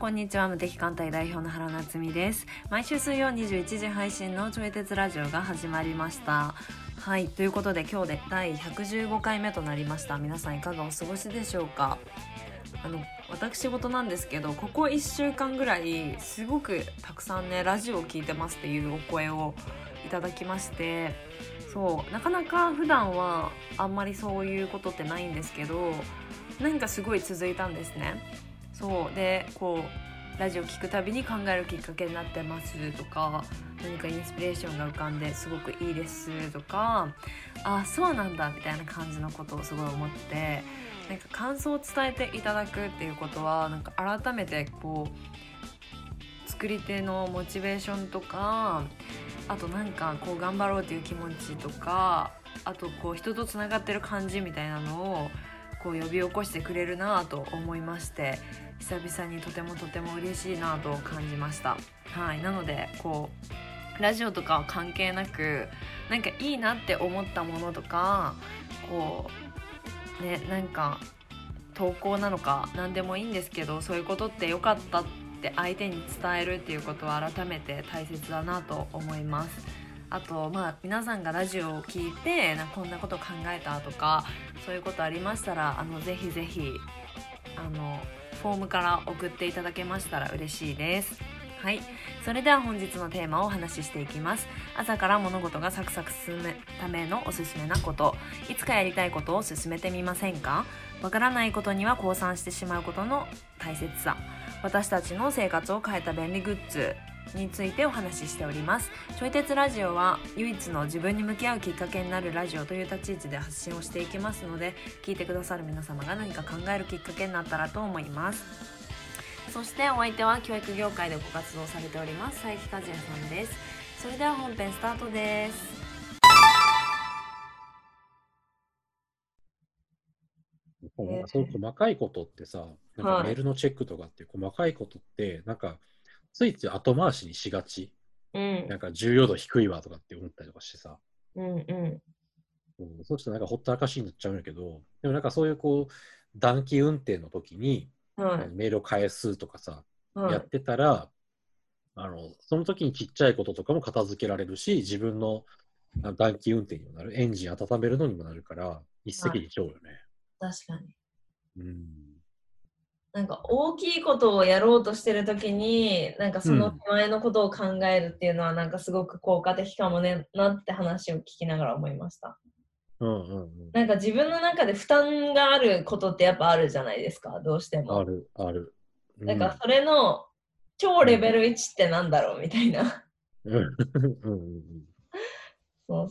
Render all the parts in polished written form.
こんにちは。無敵艦隊代表の原夏実です。毎週水曜21時配信のちょい鉄ラジオが始まりました。はい、ということで今日で第115回目となりました。皆さんいかがお過ごしでしょうか。私事なんですけど、ここ1週間ぐらいすごくたくさんねラジオを聞いてますっていうお声をいただきまして、そうなかなか普段はあんまりそういうことってないんですけど、なんかすごい続いたんですね。そうでラジオ聞くたびに考えるきっかけになってますとか、何かインスピレーションが浮かんですごくいいですとか、あ、そうなんだみたいな感じのことをすごい思って、なんか感想を伝えていただくっていうことはなんか改めて作り手のモチベーションとか、あとなんか頑張ろうっていう気持ちとか、あと人とつながってる感じみたいなのを呼び起こしてくれるなと思いまして、久々にとても嬉しいなと感じました。はい、なのでラジオとかは関係なく、なんかいいなって思ったものとかなんか投稿なのか何でもいいんですけど、そういうことって良かったって相手に伝えるっていうことは改めて大切だなと思います。あと皆さんがラジオを聞いてこんなこと考えたとか、そういうことありましたらぜひぜひフォームから送っていただけましたら嬉しいです。はい、それでは本日のテーマをお話ししていきます。朝から物事がサクサク進むためのおすすめなこと。いつかやりたいことを進めてみませんか？わからないことには降参してしまうことの大切さ。私たちの生活を変えた便利グッズについてお話ししております。ちょい鉄ラジオは唯一の自分に向き合うきっかけになるラジオという立ち位置で発信をしていきますので、聞いてくださる皆様が何か考えるきっかけになったらと思います。そしてお相手は教育業界でご活動されております佐伯和也さんです。それでは本編スタートです。 なんかそういう細かいことってさ、なんかはい。 メールのチェックとかって細かいことって、なんかついつい後回しにしがち。 うん。 なんか重要度低いわとかって思ったりとかしてさ、 うんうそうしたらなんかほったらかしになっちゃうんだけど、でもなんかそういう短期運転の時に、 ん。はい。 メールを返すとかさ、やっはい。 てたら、その時にちっちゃいこととかも片付けられるし、自分の短期運転にもなる、エンジン温めるのにもなるから、一石はい。 二鳥よね。 確かに。 うん。 なんか大きいことをやろうとしてるときに、なんかその手うん。 前のことを考えるっていうのはなんかすごく効果的かもねなって話を聞きながら思いました。 うんうんうん。 なんか自分の中で負担があることってやっぱあるじゃないですか、どうしても。 ある、ある。うん。 なんかそれの超うん。 レベル1ってなんだろうみたいな。 うん。うん。 そう。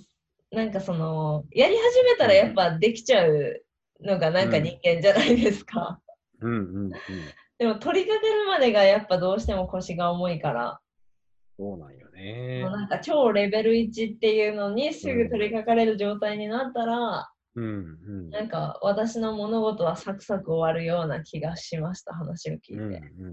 なんかやり始めたうん。 らやっぱできちゃうのがなんか人うん。 間じゃないですか。 うん。うん。うん。 でも取り掛かるまでがやっぱどうしても腰が重いから、 そうなんよね。 なんか超レベル1っていうのにすぐ取りうん。 掛かれる状態になったら、 うん。うん。 なんか私の物事はサクサク終わるような気がしました、話を聞うん。 いて。 うん。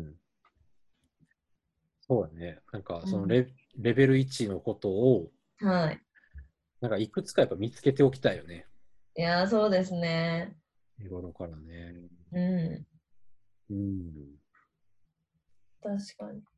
そうだね。なんか、 うん。 レベル1のことを、 はい。 なんかいくつかやっぱ見つけておきたいよね。 いやー、そうですね。 日頃からね。 うん。 うん。 確かに。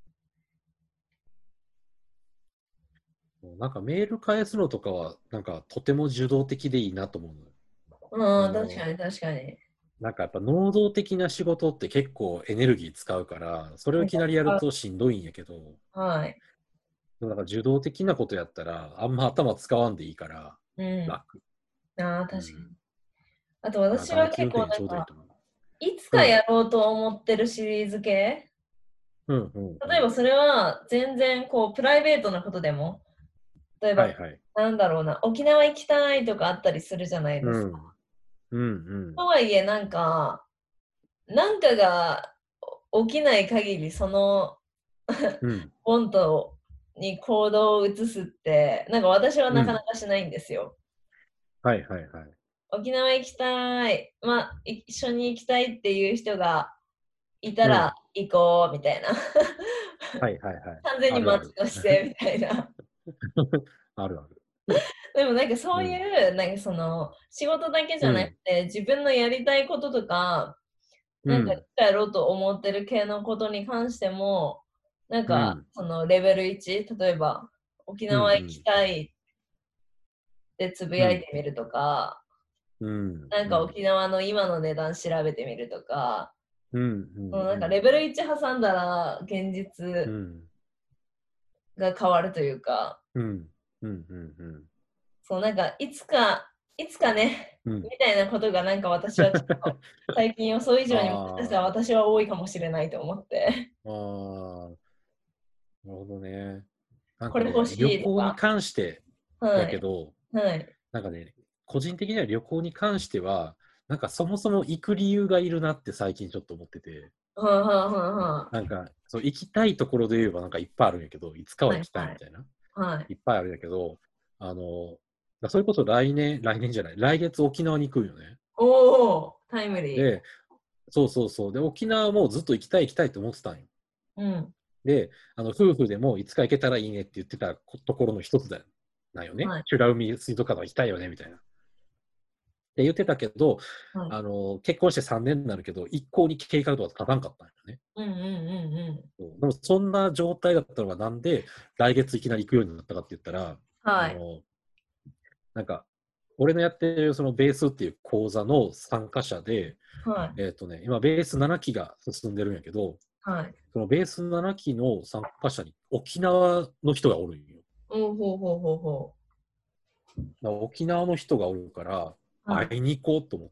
なんかメール返すのとかは、なんかとても受動的でいいなと思うのよ。 うん、確かに確かに。 なんかやっぱ能動的な仕事って結構エネルギー使うから、それをなんか、 いきなりやるとしんどいんやけど、 はい。 でもなんか受動的なことやったら、あんま頭使わんでいいからうん。 楽。 ああ、 うん。 確かに。あとだから私は結短期運転にち構なんか、 ょうどいいと思う。 いつうん。 かやろうと思ってるシリーズ系、 うん、うん、うん。 例えばそれは全然プライベートなことでも、例えば、 はいはい。 なんだろうな、沖縄行きたいとかあったりするじゃないですか。 うん。うん、うん。 とはいえ、なんかが起きない限り、 うん。 ボントに行動を移すって、なんか私はなかなうん。 かしないんですよ。 はいはいはい。 沖縄行きたい。一緒に行きたいっていう人がいたらうん。 行こうみたいな。 はいはいはい。 完全にマッチあるある。 としてみたいな。 あるある。 でもなんかそういうん。 う、なんか仕事だけじゃなくうん。 て、自分のやりたいこととか、 なんかいつかやろうと思ってる系のことに関しても、なんかそのレベル1、例えば沖縄行きたいってつぶやいてみるとか、なんか沖縄の今の値段調べてみるとか、なんかレベル1挟んだら現実が変わるというか、そうなんかいつかね、みたいなことがなんか私はちょっと最近予想以上にもしかしたら私は多いかもしれないと思って。 ああ、なるほどね。なんこれかね、 欲しいと旅行にか。 関してはい。 やけど、 はい。 なんかね、個人的には旅行に関しては、なんかそもそも行く理由がいるなって最近ちょっと思ってて、 はいはなんかそう行きたいところで言えばなんかいっぱいあるんやけど、いつかは行きたいはい。 いみたいな、 はい。 いっぱいあるんやけど、あの、それこそ来年じゃない、来月沖縄に行くんよね。 おお、タイムリー。 で、そうそうそう。で、沖縄もずっと行きたいって思ってたんよ。 うん。 で、夫婦でもいつか行けたらいいねって言ってたところの一つだよ。なんよね。 はい。 美ら海水族館は行きたいよね、みたいな。って言ってたけど、 はい。 結婚して3年になるけど、一向に計画とか立たんかったんよね。 うんうんうんでも、そんな状態だったのがなんで、来月いきなり行くようになったかって言ったら、 うん。はい。 なんか、俺のやってるそのベースっていう講座の参加者で、 はい。 今、ベース7期が進んでるんやけど、 はい。 そのベース7期の参加者に沖縄の人がおるんよ。 おおほうほうほうほだから沖縄の人がおるから、 う。はい。 会いに行こうと思って、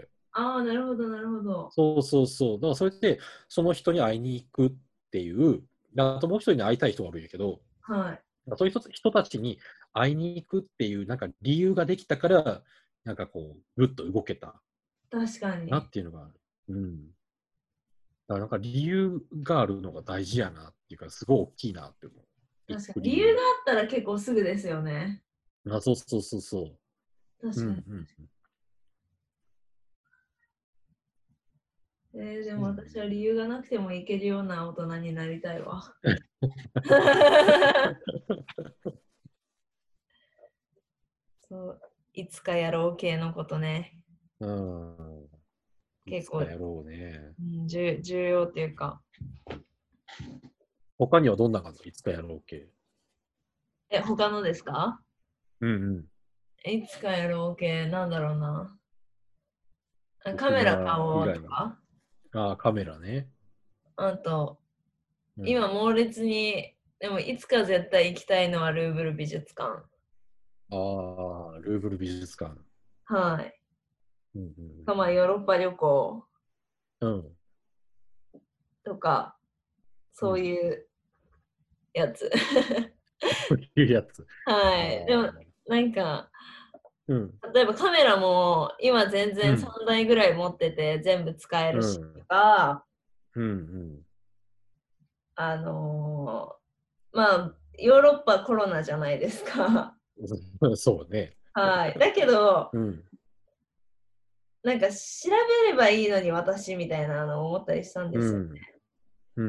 ああ、なるほど、なるほど。 そうそうそう。だからそれで、その人に会いに行くっていう、あともう一人に会いたい人がいるんやけど、 はい。 そういう人たちに会いに行くっていう、なんか理由ができたから、なんかこう、ぐっと動けた確かに。 なっていうのがある。だからなんか理由があるのが大事やなっていうか、すごい大きいなって思う。行確かに。理由がく理由。 あったら結構すぐですよね。 そうそうそうそう。 確かに。でも私は理由がなくてもいけるような大人になりたいわ。そう、いつかやろう系のことね。 うん。い結構、 つかやろうね。 重要っていうか。 他にはどんな感じいつかやろう系。 他のですか？ うんいつかやろう系、なんだろうな。カ沖メラ買縄以おうと外の。 か。 ああ、カメラね。 あと、 うん。 今猛烈に、でもいつか絶対行きたいのはルーブル美術館。 ああ、ルーブル美術館。 はい。 うんまあヨーロッパ旅行うんうん。 とか、 うん。 そういうやつ。 そういうやつ。あはい。でも、 あ。 なんか、 うん。 例えばカメラも今全然うん。 3台ぐらい持ってて全部使えるしとうん。 か、 うん。 あのまあ、ヨーロッパコロナじゃないですか。 うん。そうね。 はい。だけど、 うん。 なんか調べればいいのに私みたいなのを思ったりしたんですよ。 うん。うん。うん。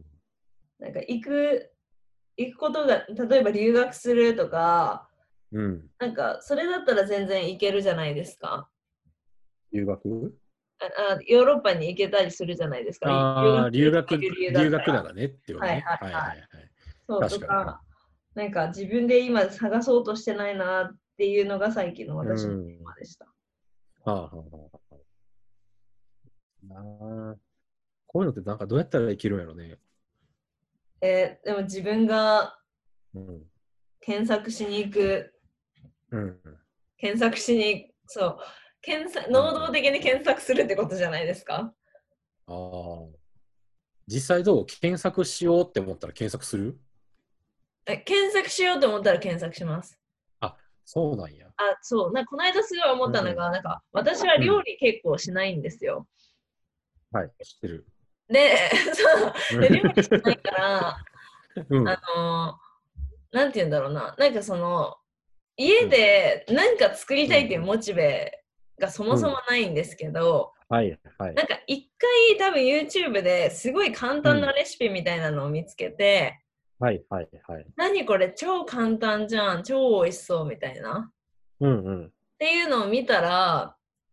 なんか行くことが、例えば留学するとか、 うん。 なんかそれだったら全然行けるじゃないですか。 留学ヨーロッパに行けたりするじゃないですか。留ああー、 学する人がいる理由だったら。 留学ならねってことはいね。 はいはい。 はいはいはい。 そうと確かに。 か、なんか自分で今探そうとしてないなっていうのが最近のう私のテーマん。 でした。 はあはあはあ。なあこういうのってなんかどうやったら生きるんやろね。 でも自分がうん。 検索しに行く、 うん。 検索しに、そう、能動うん。 的に検索するってことじゃないですか。 ああ。実際どう検索しようって思ったら検索する検索しようと思ったら検索します。 あ、そうなんや。 そう、この間すごい思ったのが、 うん。 なんか私はうん。 料理結構しないんですよ。 はい。知ってる。 で、そう、で料理しないうから、あん。 のなんて言うんだろうな、なんかその、家うん。 で何か作りうん。 たいっていうモチベがそもそもうん。 ないんですけど、 はい。はい。 なんか一回多分 YouTube ですごい簡単なうん。 レシピみたいなのを見つけて、 はい。はい。はい。 何これ超簡単じゃん、超美味しそうみたいな。っうん。うん。 ていうのを見たら、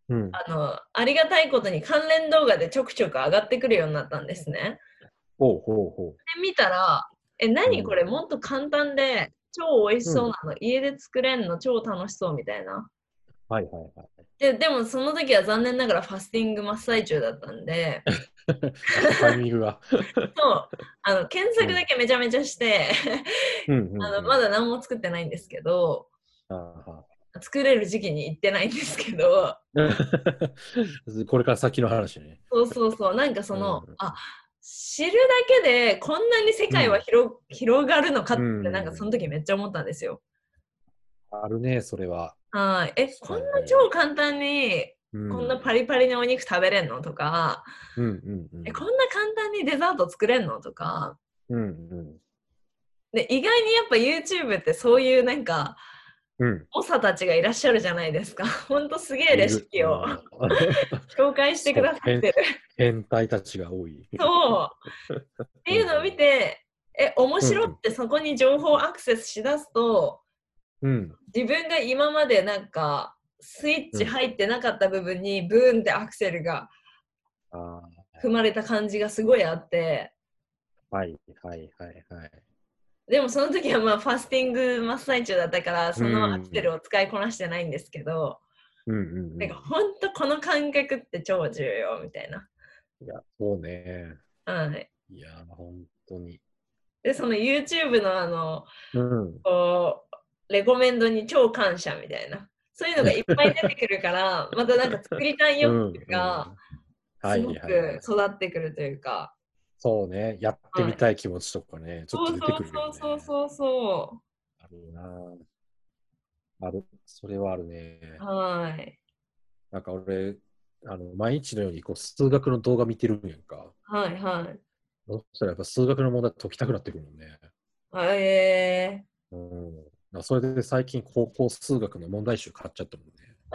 うん。 ありがたいことに関連動画でちょくちょく上がってくるようになったんですね。 ほうほうほで、見たら、何こう。 れもっと簡単で、超美味しうん。うん。 そうなの。家で作れんの超楽しそうみたいな。 はいはいはい。 でもその時は残念ながらファスティング真っ最中だったんで、 あ、タイミングが。 そう、検索だうん。 けめちゃめちゃしてうんうんうん。 まだ何も作ってないんですけど、 あは。 作れる時期に行ってないんですけど、 これから先の話ね。 そうそうそう、なんかうん。 知るだけでこんなに世界はうん。 広がるのかうってなんかそのん。 時めっちゃ思ったんですよ。 あるね、それは。 はい。こんな確かに。 超簡単にこんなうん。 パリパリのお肉食べれんのとか、 うんうんうん。 こんな簡単にデザート作れんのとか、 うんうん。 で、意外にやっぱ YouTube ってそういうなんか、 うん。 猛者たちがいらっしゃるじゃないですか。ほんとすげえレシいる。 ピをうん。 紹介してくそう、 ださってる。 変態たちが多い。 そう。ってういうのを見ん。 て、面うん。 白ってそこに情報アクセスしだすと、 うん。 自分が今までなんか、スイッチうん。 入ってなかった部分にブーンってアクセルがああ。 踏まれた感じがすごいあって、 はいはいはいはい。 でもその時はまあファスティング真っ最中だったから、 うそのアクセん。 ルを使いこなしてないんですけど、 うんうんなんかうん。 本当この感覚って超重要みたいな。 いや、そうね。 はい。 いや、本当に。 で、その YouTube のうん。 こレコメンドに超感謝みたいな。そういうのがいっぱい出てくるから、またなんか作りたい欲うん求がうん。はいすごはいはい。 く育ってくるというか。 そうね。やってはい。 みたい気持ちとかね、ちょっと出てそうそうくるよね。 そうそうそうそあるな。ある。それはあるね。 う。はい。 なんか俺、毎日のように数学の動画見てるんやんか。 はいはい。 そしたらやっぱ数学の問題解きたくなってくるもんね。 えうん。それで最近高校数学の問題集買っちゃったもんね。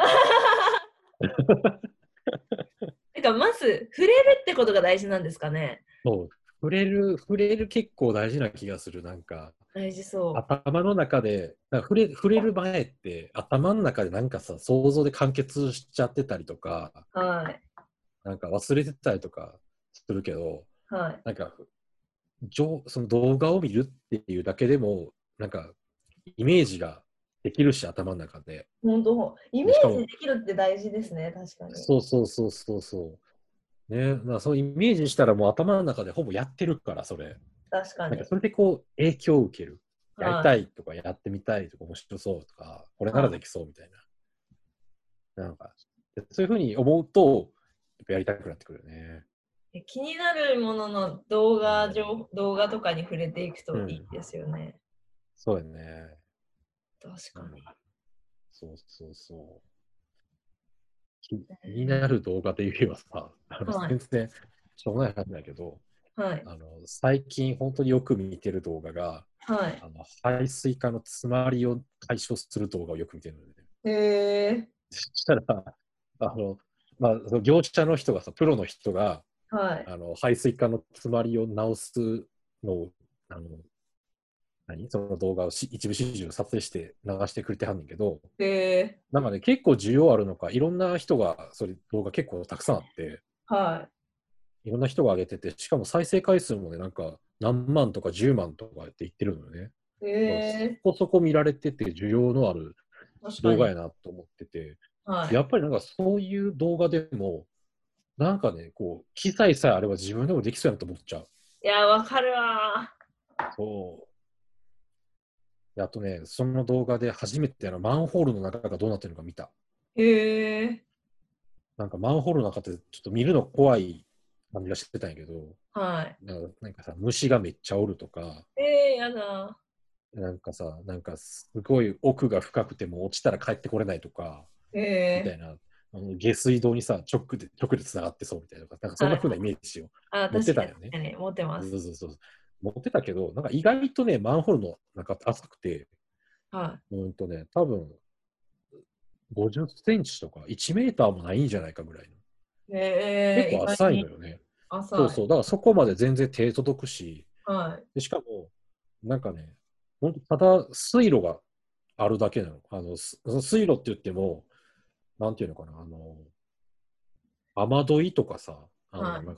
なんかまず触れるってことが大事なんですかね。 そう。触れる結構大事な気がする。なんか、 大事そ頭の中で、なんか触れる前って、頭の中でなんかさ、想像で完結しちゃってたりとか、 う。はい。 なんか忘れてたりとかするけど、 はい。 なんか、その動画を見るっていうだけでも、なんか、イメージができるし、頭の中で。 本当、イメで、しかージでも、 きるって大事ですね、確かに。 そうそうそうそうそう。ね、そうイメージしたらもう頭の中でほぼやってるから、それ。 確かに。 なんかそれでこう影響を受ける。やりはい。 たいとかやってみたいとか面白そうとか、これならはできそうみたいな。なんか、そういうふうに思うと、やっぱやりたくなってくるよね。 い。気になるものの動画とかに触れていくうん。 といいですよね。 そうやね。うん。 確かに。 そうそうそう。気になる動画で言えばさ、 はい。 全然しょうがない話だけど、 はい。 最近本当によく見てる動画が、 はい。 排水管の詰まりを解消する動画をよく見てるので、ね、 へえ。 そしたら、あの、その業者の人がさ、プロの人が、 はい。 排水管の詰まりを直すのを、あの、その動画を一部始終撮影して流してくれてはんねんけど、 へえ。 なんかね、結構需要あるのか、いろんな人が、それ動画結構たくさんあって、 はいろんな人が上げてて、しかも再生回数もね、なんか何万とか10万とかって言ってるのよね。 い。へだからそえ。 こそこ見られてて、需要のある確かに。 動画やなと思ってて、 はい。 やっぱりなんかそういう動画でも、なんかね、こう、機材さえあれば自分でもできそうやなと思っちゃう。 いや、わかるわそう。であとね、その動画で初めてマンホールの中がどうなってるのか見た。 ー。へえ。 なんかマンホールの中ってちょっと見るの怖い感じがしてたんやけど、 はなんかさ、虫がめっちゃおるとか、 い。やだ。 なんかさ、なんかすごい奥が深くても落ちたら帰ってこれないとか、 へえ。 みたいな、下水道にさ、直で繋がってそうみたいな、なんかそんはい。 な風なイメージをあ、 持って確かに、 たんよね。 確かに、持ってます。 そうそうそう。持ってたけど、なんか意外とね、マンホールの中って浅くて、 は多分50センチとか1メーターもないんじゃないかぐらいの。 い。へえ、意結構浅いの外によね。そう浅い。 そう。だからそこまで全然手届くし、 はい。 でしかも、なんかね、本当ただ水路があるだけなの。その水路って言っても、なんていうのかな、 雨どいとかさ、 はい。 なんか、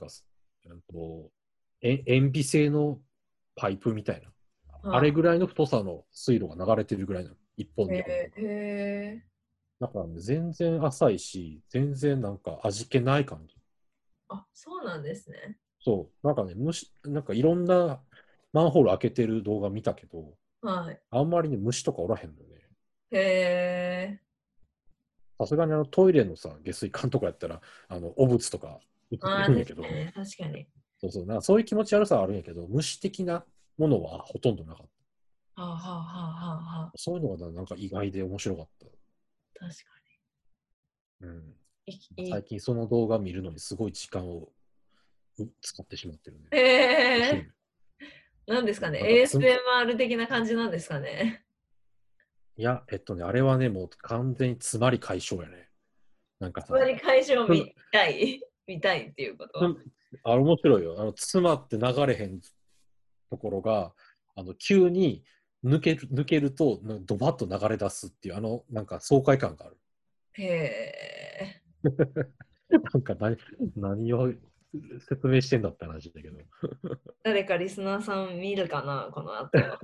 塩ビ製のパイプみたいな。あれはぐらいの太さの水路が流れてるぐらいなの。一本、 い。 二本とか。 へー。 だからね、全然浅いし、全然なんか味気ない感じ。 あ、そうなんですね。 そう。なんかね、なんかいろんなマンホール開けてる動画見たけど、 はい。 あんまりね、虫とかおらへんのよね。 へさすがにトイレのさ、下水管とかやったら、汚物とか映っー。 てああ、 るんやけど、 確かにね。確かに。 そうそう、なんかそういう気持ち悪さはあるんやけど、虫的なものはほとんどなかっはあ、はあ、はあ、はあ、はあ。 た。そういうのがなんか意外で面白かった。 確かうん。 に。 最近その動画見るのにすごい時間を使ってしまってるね。 へ面白い。 え。なんですかね。 なんか ASMR 的な感じなんですかね。 いや、あれはね、もう完全に詰まり解消やね。なんかさ、 つまり会場をつ見たい見たいっていうことは。 面白いよ。詰まって流れへんところが、急に抜けると、ドバッと流れ出すっていう、なんか爽快感がある。 へえ。 なんか何を説明してんだって話だけど。 誰かリスナーさん見るかな、この後。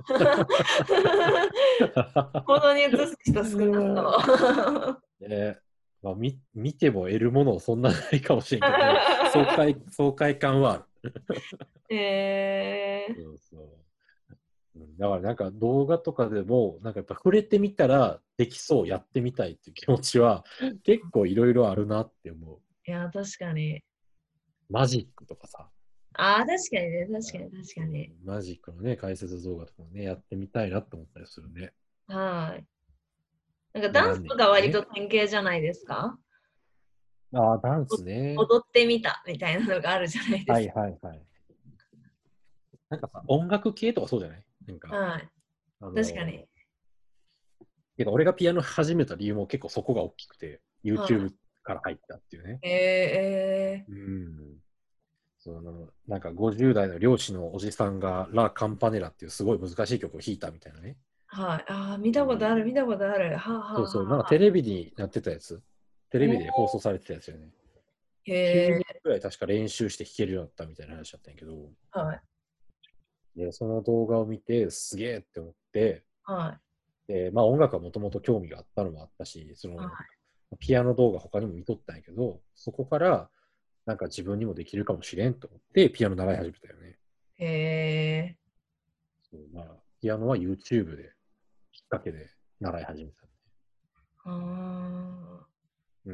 行動に移す人少なそう。 ねまあ、見ても得るものそんなないかもしれんけど、爽快感はある。 えそうそう。だからなんか動画とかでも、なんかやっぱ触れてみたらできそう、やってみたいっていう気持ちは結構いろいろあるなって思う。 いや、確かに。 マジックとかさ、 ああ、確かにね、確かに、確かうんに。 マジックのね、解説動画とかもね、やってみたいなって思ったりするね。 はい。なんかダンスやらんねんとか割とけどね。 典型じゃないですか？ ああ、ダンスね。 踊ってみたみたいなのがあるじゃないではいすはいはい。なんかさ、音楽系とかそうじゃないなんか。 か、 はい。 あ確かに。 のてか俺がピアノ始めた理由も結構そこが大きくて、 は YouTube から入ったっていうね。 い。えうん。なんか50代の漁師のおじさんがラ・カンパネラっていうすごい難しい曲を弾いたみたいなね。 はい。ああ、見うん、 たことある、見たことある。はあ、はあ、 そうそう、なんかはあ。 テレビになってたやつ。テレビで放お送されてたやつよね。9年へえ。 くらい確か練習して弾けるようになったみたいな話だったんやけど、 はい。 で、その動画を見てすげえって思って、 はで、まあ音楽はもともと興味があったのもあったし、 い。はピアノ動画他にも見とったんやけど、そこからなんか自分にもできるかもしれんと思ってピアノ習い始めたよね。 い。へえ。 そうまあ、ピアノは YouTube できっかけで習い始めた。 ああ。 うん。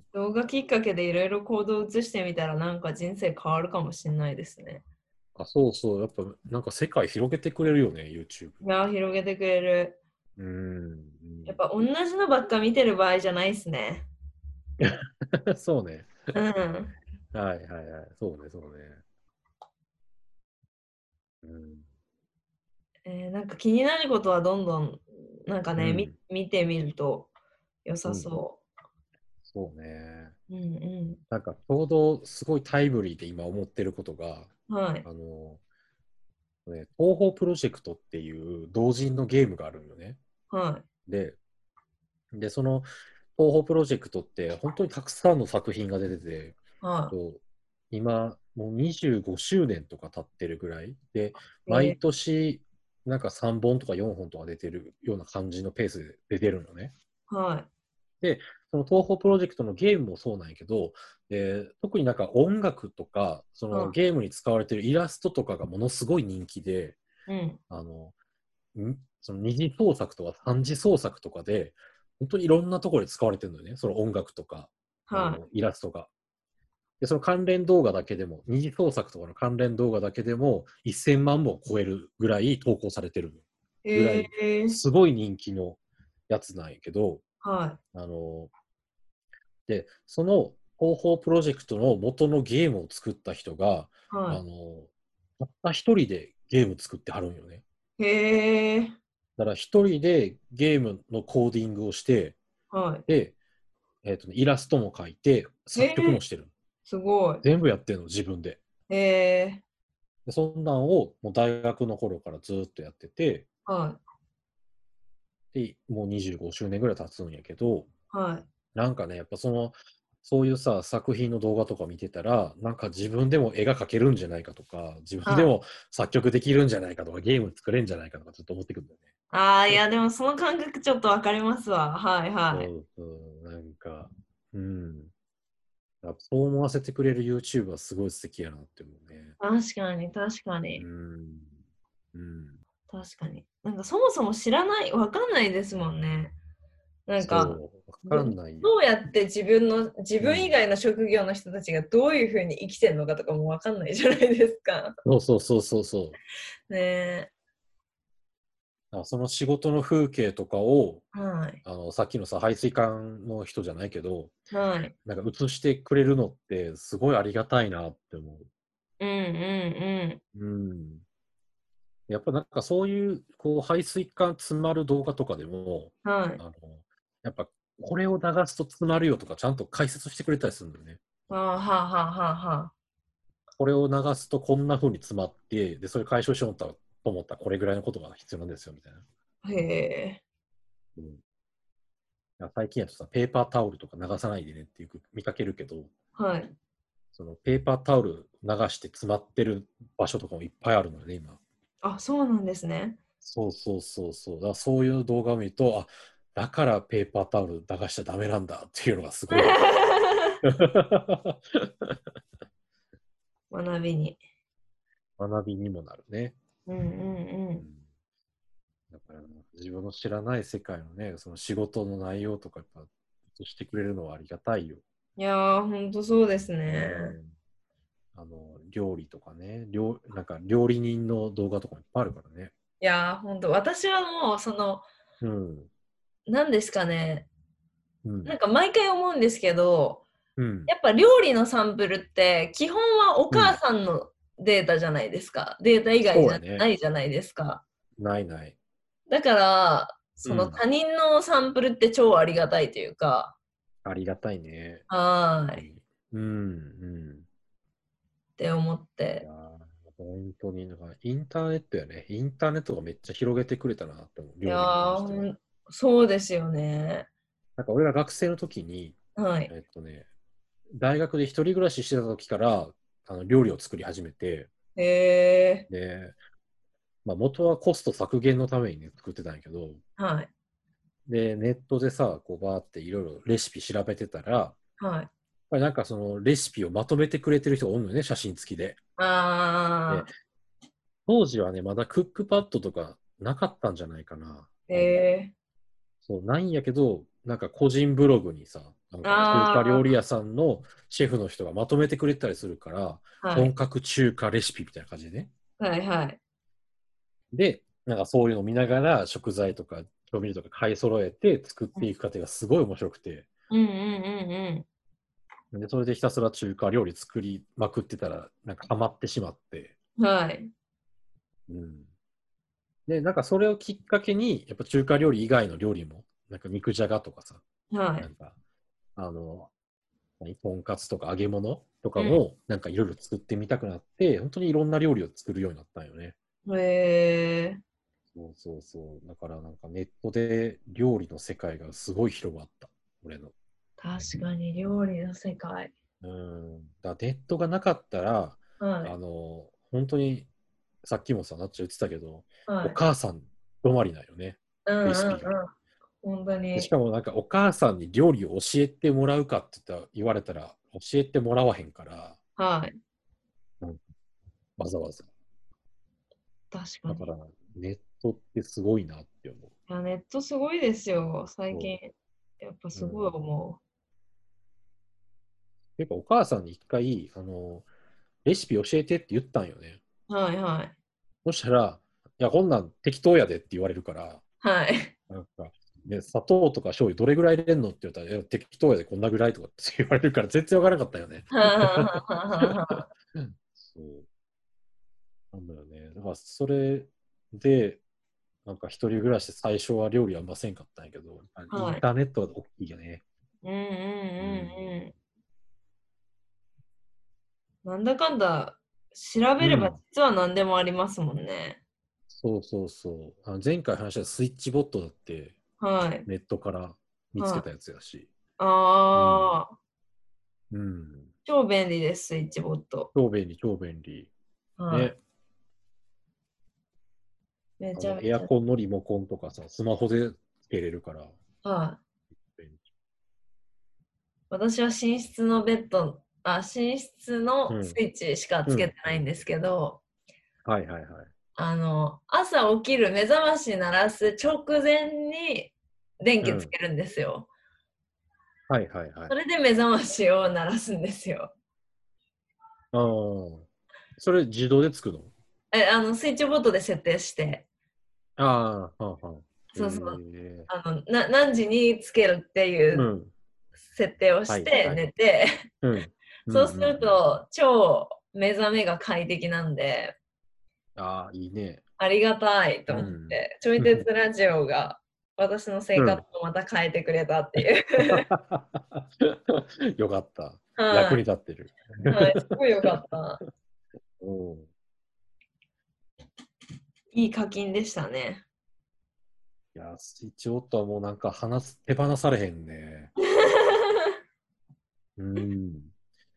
動画きっかけでいろいろ行動を移してみたらなんか人生変わるかもしれないですね。 あ、そうそう。やっぱなんか世界広げてくれるよね、YouTube。 いやー、広げてくれる。 うん。 やっぱ同じのばっか見てる場合じゃないですね。 うん、そうね。 うん。 はいはいはい。そうね、そうね。うん。 なんか気になることはどんどんなんかね、 うん。 見てみると良さうん。 そそうね。 う。うんなんかちょうどすごいタイムリーで今思ってることが、 うん。はい。 あの、東宝プロジェクトっていう同人のゲームがあるんよね。 はで、その東宝プロジェクトって本当にたくさんの作品が出てて、 い。はと今、もう25周年とか経ってるぐらいで、 い。 毎年なんか3本とか4本とか出てるような感じのペースで出てるのね。 はで、その東宝プロジェクトのゲームもそうなんやけど、特になんか音楽とか、そい。はのゲームに使われてるイラストとかがものすごい人気で、 い。うん。 あの、その二次創作とか三次創作とかで、本当にいろんなところで使われてるのよね。その音楽とか、 はイラストが。で、その関連動画だけでも、二次創作とかの関連動画だけでも1000万本を超えるぐらい投稿されてるい。 ぐらい、 ー。 すごい人気のやつなんやけど、 はあの、で、その広報プロジェクトの元のゲームを作った人が、 い。はあの、たった一人でゲーム作ってはるんよね。 い。へえ。 だから一人でゲームのコーディングをして、 はで、イラストも描いて、 い。へ作曲もえ。 してる。 すごい。 全部やってるの、自分で。 へえ。 でそんなんをもう大学の頃からずっとやってて、 はで、もう25周年ぐらい経つんやけど、 い。はい。 なんかね、やっぱそのそういうさ、作品の動画とか見てたら、なんか自分でも絵が描けるんじゃないかとか、自分ではい。 も作曲できるんじゃないかとか、ゲーム作れるんじゃないかとか、ちょっと思ってくるんだよね。 ああ、いや、でもその感覚ちょっとわかりますわ。はいはい。 そうそう、なんか、うん。やっぱそう思わせてくれる YouTube はすごい素敵やなって思うね。 確かに、確かうに。 ん。うん。 確かに。なんかそもそも知らない、わかんないですもんね。なんか、 そう、わかんないよ。 どうやって自うん。 分以外の職業の人たちがどういうふうに生きてるのかとかもわかんないじゃないですか。 そうそうそうそうそう。 ねえ。 その仕事の風景とかを、 はい。 さっきのさ、排水管の人じゃないけど、 はい。 なんか映してくれるのってすごいありがたいなって思うんうんう。うん。やっぱなんかそういう、こう、排水管詰まる動画とかでも、 うん。はい。 あの、やっぱこれを流すと詰まるよとかちゃんと解説してくれたりするんだよね。 ああ、はあはあはあはこれを流すとこんな風に詰まって、で、それ解消しようと思ったらこれぐらいのことが必要なんですよみたいな。 あ。へえ。 うん、いや最近やとさ、ペーパータオルとか流さないでねっていう見かけるけど、 はい。 そのペーパータオル流して詰まってる場所とかもいっぱいあるのよね、今。 あ、そうなんですね。 そうそうそうそう。だからそういう動画を見ると、あ、だからペーパータオル流しちゃダメなんだっていうのがすごいわかる。 学びに。 学びにもなるね。 うんうんうん。 うん、だから自分の知らない世界のね、その仕事の内容とかやっぱしてくれるのはありがたいよ。 いやー、ほんとそうですうね。 ん。料理とかね、なんか料理人の動画とかもいっぱいあるからね。 いやー、ほんと、私はもう、 うん。 何ですかね。 うん。 なんか毎回思うんですけど、 うん。 やっぱ料理のサンプルって基本はお母うん。 さんのデータじゃないですか。データ以外じゃなそうやね。 いじゃないですか。 ないない。 だから、そのうん。 他人のサンプルって超ありがたいというか、 ありがたいね。 はーい。っ本当に。うん。うん。 て思っいやて。 ー本当に、なんかインターネットやね。インターネットがめっちゃ広げてくれたなって思う。 いや料理に関ー、 しては。 そうですよね。 なんか俺ら学生の時に、 はい。 えっとね、大学で一人暮らししてた時から、料理を作り始めて、 へえ。 で、まあ、元はコスト削減のためにね、作ってたんやけど、 はい。 で、ネットでさ、こうバーっていろいろレシピ調べてたら、やっはい。 ぱりなんかそのレシピをまとめてくれてる人が多いのよね、写真付きで。で、 あ当時はね、まだクックパッドとかなかったんじゃないかな。 ー。へえ。 そう、ないんやけど、なんか個人ブログにさ、なんか中華料あ理屋さんのシェフの人がまとめてくれたりするから、 ー。はい。 本格中華レシピみたいな感じでね。 はいはい。 で、なんかそういうのを見ながら食材とか調味料とか買い揃えて作っていく過程がすごい面白くて、 うんうんうんで、それでひたすら中華料理作りまくってたら、なんかハマってしまって、 うん。はい。 うん。で、なんかそれをきっかけに、やっぱ中華料理以外の料理も、なんか肉じゃがとかさ、 はい。 なんか、あの、とんかつとか揚げ物とかうも、なんかいろいろ作ってみたくなって、本当にいろんな料理を作るようになったんよね。 ん。へえ。 そうそうそう。だからなんかネットで料理の世界がすごい広がった。俺の。 確かに料理の世界。 うん。ネットがなかったら、 はい。 本当に、さっきもさ、なっちゃん言ってたけど、おはい。 母さん止まりなんよね。 うんレシピが。 うんうん。本当でしに。 かもなんかお母さんに料理を教えてもらうかって言われたら、教えてもらわへんから、 はい。 うん、わざわざ。 確かに。いだから、ネットってすごいなって思う。 や、ネットすごいですよ。最そ近。やっぱう。 すごいうん。 思結構お母さんに一回、レシピ教えてって言ったんよね。 う。はいはい。 そしたら、いや、こんなん適当やでって言われるから、 はい。 なんか、で、砂糖とか醤油どれぐらい入れんのって言ったら、いや、適当やでこんなぐらいとかって言われるから、全然わからなかったよね。 はあはあはあはあはあ。 そう。なんだよね。だから、それで、なんか一人暮らしで最初は料理はあんませんかったんやけど、インはい。 ターネットが大きいよね。 うんうんうんうん。 うん。なんだかんだ調べればうん。 実は何でもありますもんね。 そうそうそう。前回話したスイッチボットだってはい。 ネットから見つけはい。 たやつやし。うん。 ああ。 うん。 超便利です、スイッチボット。 超便利、超便利。 はい。 ね。 めちゃめちゃ。 エアコンのリモコンとかさ、スマホでつけれるから。 はい。 便利。 私は寝室のベッド、寝室のスうん。 イッチしかつけてうん。 ないんですけど、 はいはいはい。 朝起きる目覚まし鳴らす直前に電うん。 気つけるんですよ。 はいはいはい。 それで目覚ましを鳴らすんですよ。 ああ。それ自動でつくの？ スイッチボットで設定して、 ああ、はあはあ。へそうそう、 え。 何時につけるっていううん。 設定をしてはいはい。 寝て、 うん。うんうんそうするうん。 と超目覚めが快適なんで、 ああ、いいね。 ありがたいと思っうん。 て、ちょい鉄ラジオが私の生活うん。 をまた変えてくれたっていう。 よかった。役にはい。 立ってる。 はい。すごいよかった。 うん。 いい課金でしたね。 いや、スイッチオットはもうなんか手放されへんね。うん。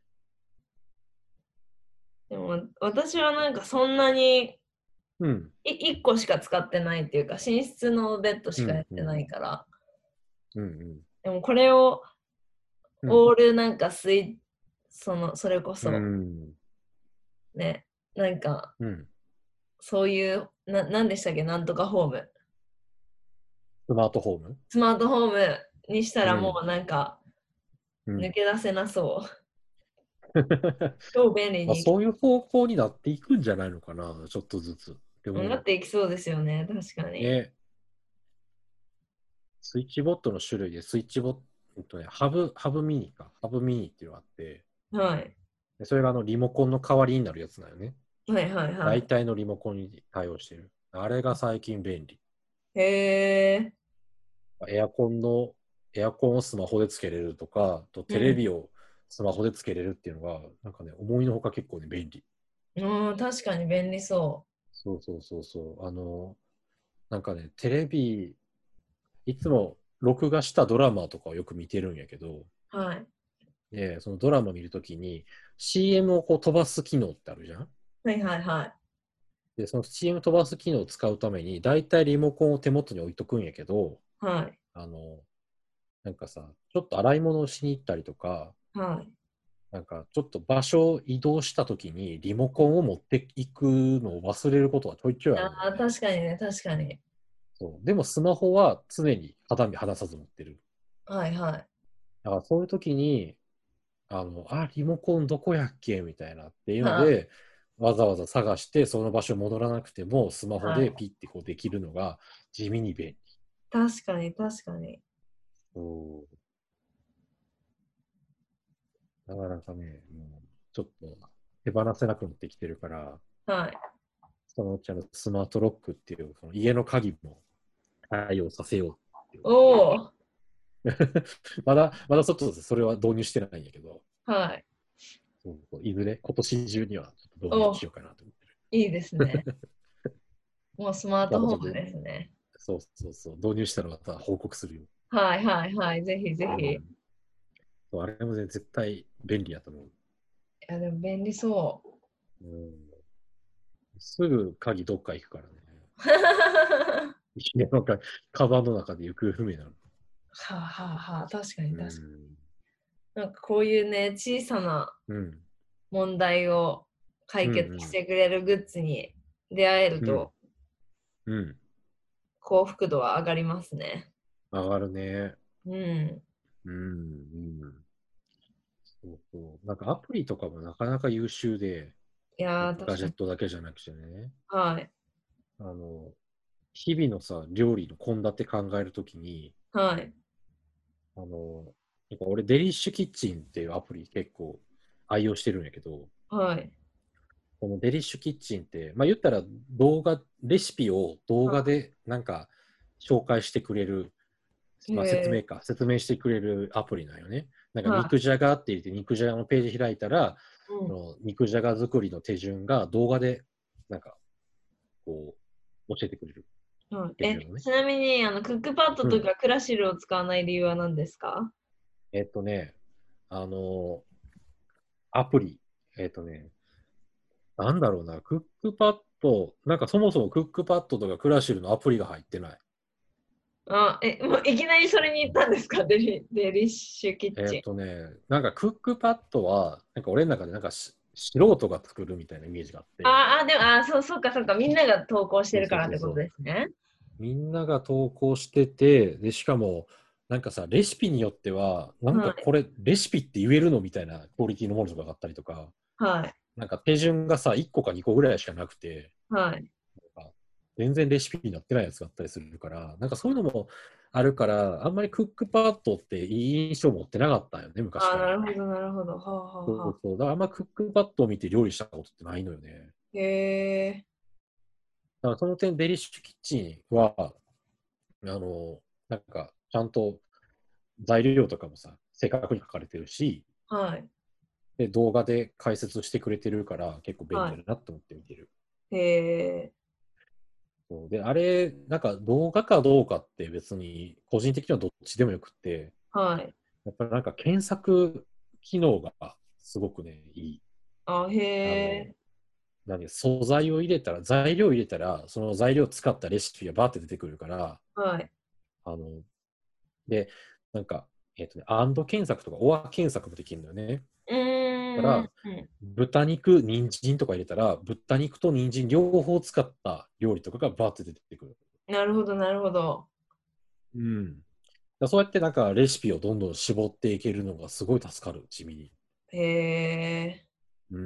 でも私はなんかそんなにうん。 1個しか使ってないっていうか、寝室のベッドしかやっうん。うてん。 ないから。 うん。 でもこれをうん。 オールなんかそれこうそん。 ね、なんかうん。 そういう、なんでしたっけ、なんとかホーム。 スマートフォーム。 スマートホームにしたらもうん。 うなんかうん。 抜け出せなそう。超便利まあ、 にそういう方向になっていくんじゃないのかな、ちょっとずつ。でも、 なっていきそうですよね、確かに。 ね、スイッチボットの種類で、スイッチボット、ハブミニか。ハブミニっていうのがあって、 はい。 でそれがリモコンの代わりになるやつなのよね。 はいはいは大体のリモコンに対応してる。あれが最近便利。 い。へえ。 エアコンの、エアコンをスマホでつけれるとか、テレうん。 ビをスマホでつけれるっていうのが、なんかね、思いのほか結構ね、便利。 うん、確かに便利そそうそうそうそう。なんかね、テレビ、いつも録画したドラマとかをよく見てるんやけど、 う。はい。 で、そのドラマ見るときに CM をこう飛ばす機能ってあるじゃん。 はいはいはい。 で、その CM 飛ばす機能を使うために、だいたいリモコンを手元に置いとくんやけど、 はい。 あの、なんかさ、ちょっと洗い物をしに行ったりとか、 はい。 なんかちょっと場所を移動したときにリモコンを持っていくのを忘れることがちょいちょいあるのよあー、 ね。 確かにね、確かに。 そう。でもスマホは常に肌身離さず持ってる。 はいはい。 だからそういうときに、リモコンどこやっけみたいなっていうのはで、わざわざ探して、その場所戻らなくても、スマい。 ホはい。 でピッてこうできるのが地味に便利。 確かに確かに。 そう。なかなかね、もうちょっと手放せなくなってきてるから、 はい。 そのうちスマートロックっていう、その家の鍵も対応させようって思おって。 お。 まだちょっとそれは導入してないんやけど、 はい。 そうそういずれ今年中にはちょっと導入お、 しようかなと思っていいですね。 る。 もうスマートホームまたちょっとですね。 そうそうそう、導入したらまた報告するよ。 はいはいはい。ぜひぜひ。いうん。そうあれもね、絶対便利やと思う。 や、でも便利そう。 うん。すぐ鍵どっか行くからね。家の中、カバンの中で行方不明になる。 はあはあはあ。確かにう確かん。 に。なんかこういうね、小さなうん。 問題を解決しうんてくれるグッズに出会えるうん。うん。 とうん。 幸福度は上がりますね。 上がるね。 うん。 うん。うん。そうそう。なんかアプリとかもなかなか優秀で、 いやー、確かに。 ガジェットだけじゃなくてね。 はい。 あの、日々のさ、料理の献立考えるときに、 はい。 なんか俺、デリッシュキッチンっていうアプリ結構愛用してるんやけど、 はい。 このデリッシュキッチンって、まあ言ったらレシピを動画でなんか紹介してくれる、まあへ説明してくれるアプリなんよね。なんかは肉じゃがって言って肉じゃがのページ開いたら、 い。うん。 その肉じゃが作りの手順が動画でなんかこう教えてくれるはい、 手順をね。 ちなみに、クックパッドうん。 とかクラシルを使わない理由は何ですか？ えっとね、あの、 アプリ。えっ、とね、なんだろうな、クックパッド、なんかそもそもクックパッドとかクラシルのアプリが入ってない。 もういきなりそれに行ったんですか？デリッシュキッチン。 なんかクックパッドは、なんか俺の中でなんか素人が作るみたいなイメージがあって、 でも、そうか。みんなが投稿してそうるからってことそうそうそう。 ですね。 みんなが投稿してて、で、しかも、なんかさ、レシピによっては、なんはい。 かこれ、レシピって言えるのみたいなクオリティのものとかがあったりとか、 はい。 なんか手順がさ、1個か2個ぐらいしかなくて、 はい。 なんか全然レシピになってないやつがあったりするから、なんかそういうのもあるから、あんまりクックパッドっていい印象持ってなかったんよね、昔から。 なるほど、なるほど。はあ、はあ、はあ。 そうそう。だからあんまクックパッドを見て料理したことってないのよね。 へえ。 だからその点、デリッシュキッチンは、なんか、ちゃんと材料とかもさ、正確に書かれてるし、 はい。 で、動画で解説してくれてるから、結構便利はだなって思って見てる。 い。へえ。 そうで、あれ、なんか動画かどうかって別に、個人的にはどっちでもよくって、 はい。 やっぱりなんか検索機能がすごくね、いい。 へあの、 え。 素材を入れたら、材料を入れたら、その材料を使ったレシピがバーって出てくるから、 はい。 あの、で、なんか、アンド検索とかオア検索もできるんだよね。 うーん。 だから、豚肉、人参とか入れたら、豚肉と人参両方使った料理とかがバーって出てくる。 なるほど、なるほど。 うん。そうやってなんかレシピをどんどん絞っていけるのがすごい助かる、地味に。 へえ。 うん。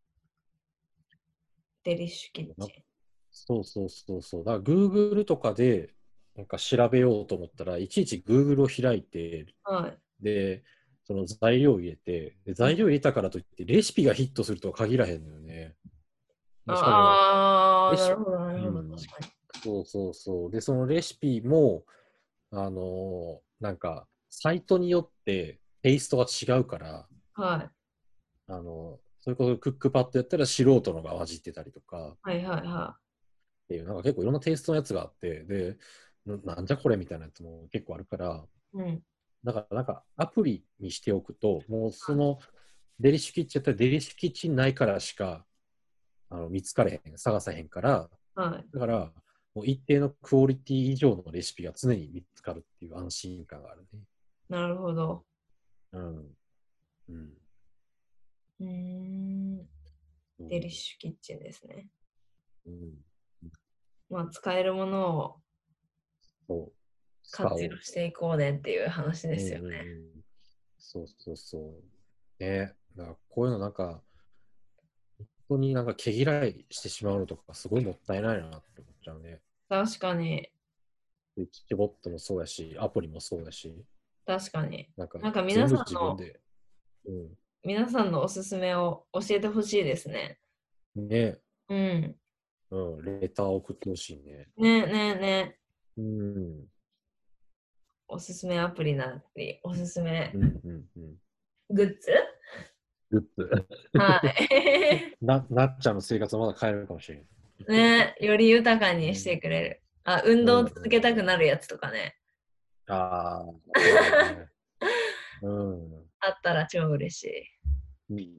デリッシュキッなチン。 そうそうそうそう。だから Google とかでなんか調べようと思ったらいちいち Google を開いて、 はい。 で、その材料を入れて、で材料を入れたからといってレシピがヒットするとは限らへんのよね。でしかも、 なるレシほど、なるほど。確うん。 かに。 そうそうそう。で、そのレシピも、なんか、サイトによってテイストが違うから、 はい。 それこそクックパッドやったら素人のが混じってたりとかはいはいはっていう、なんか結構いろんなテイストのやつがあって、で、なんじゃこれみたいなやつも結構あるから、 い。うん。 だからなんかアプリにしておくと、もうそのデリッシュキッチンやったらデリッシュキッチン内からしか見つかれへん、探さへんから、 はい。 だから、もう一定のクオリティ以上のレシピが常に見つかるっていう安心感があるね。 なるほど。 うん。うん。 うーん。 うん。 デリッシュキッチンですね。 うん。 まあ、使えるものをそう。使活おう。 用していこうねっていう話でうんうんうすよね。 ん。そうそうそう。ね。だからこういうのなんか、本当になんか毛嫌いしてしまうのとか、すごいもったいないなって思っちゃうね。 確かに。 スイッチボットもそうやし、アプリもそうやし、 確かに。 なんかなんか全部自分で。 皆さんのおすすめを教えてほしいですね。 うん。ね。 うん。 うん。レター送ってほしいね。 ねねね。 うん。 おすすめアプリなり、おすすめうんうんうん。 グッズ。 グッズ。 はい。 なっちゃんの生活はまだ変えるかもしれん。 ね、より豊かにしうん。 てくれる。運動をうんうん続けたうん。 くなるやつとかね。 ああ、そうだね。うん。うんあったら超嬉しい。っうんうん。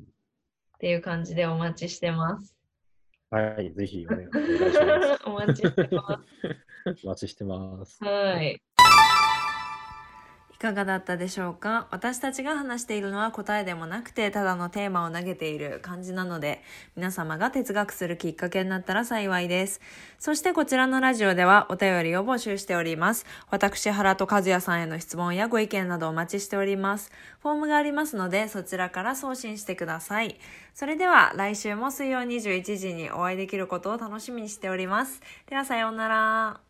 ていう感じでお待ちしてます。 はい、ぜひお願いします。 お待ちしてまお待ちしてます。 す。はい。いかがだったでしょうか？私たちが話しているのは答えでもなくて、ただのテーマを投げている感じなので、皆様が哲学するきっかけになったら幸いです。そしてこちらのラジオではお便りを募集しております。私、原と和也さんへの質問やご意見などお待ちしております。フォームがありますので、そちらから送信してください。それでは来週も水曜21時にお会いできることを楽しみにしております。ではさようなら。